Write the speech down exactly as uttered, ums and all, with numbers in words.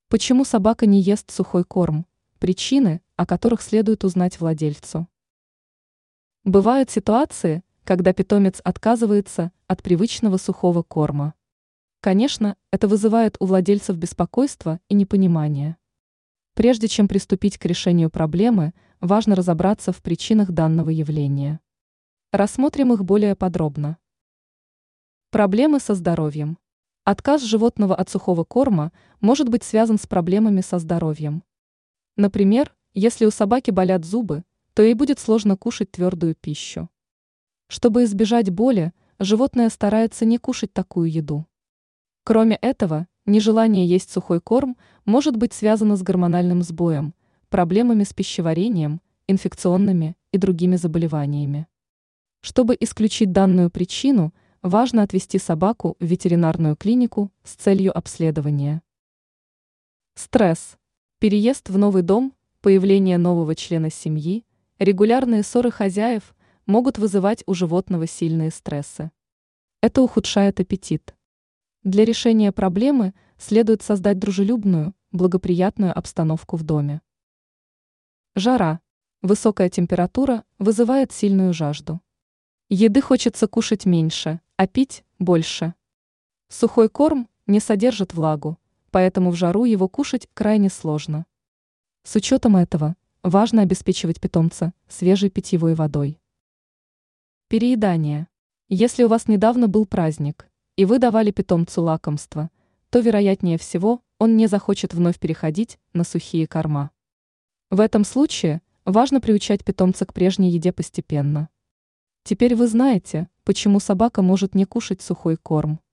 Почему собака не ест сухой корм? Причины, о которых следует узнать владельцу. Бывают ситуации, когда питомец отказывается от привычного сухого корма. Конечно, это вызывает у владельцев беспокойство и непонимание. Прежде чем приступить к решению проблемы, важно разобраться в причинах данного явления. Рассмотрим их более подробно. Проблемы со здоровьем. Отказ животного от сухого корма может быть связан с проблемами со здоровьем. Например, если у собаки болят зубы, то ей будет сложно кушать твердую пищу. Чтобы избежать боли, животное старается не кушать такую еду. Кроме этого, нежелание есть сухой корм может быть связано с гормональным сбоем, проблемами с пищеварением, инфекционными и другими заболеваниями. Чтобы исключить данную причину, важно отвести собаку в ветеринарную клинику с целью обследования. Стресс. Переезд в новый дом, появление нового члена семьи, регулярные ссоры хозяев могут вызывать у животного сильные стрессы. Это ухудшает аппетит. Для решения проблемы следует создать дружелюбную, благоприятную обстановку в доме. Жара. Высокая температура вызывает сильную жажду. Еды хочется кушать меньше, а пить – больше. Сухой корм не содержит влагу, поэтому в жару его кушать крайне сложно. С учетом этого, важно обеспечивать питомца свежей питьевой водой. Переедание. Если у вас недавно был праздник, и вы давали питомцу лакомство, то, вероятнее всего, он не захочет вновь переходить на сухие корма. В этом случае важно приучать питомца к прежней еде постепенно. Теперь вы знаете, почему собака может не кушать сухой корм.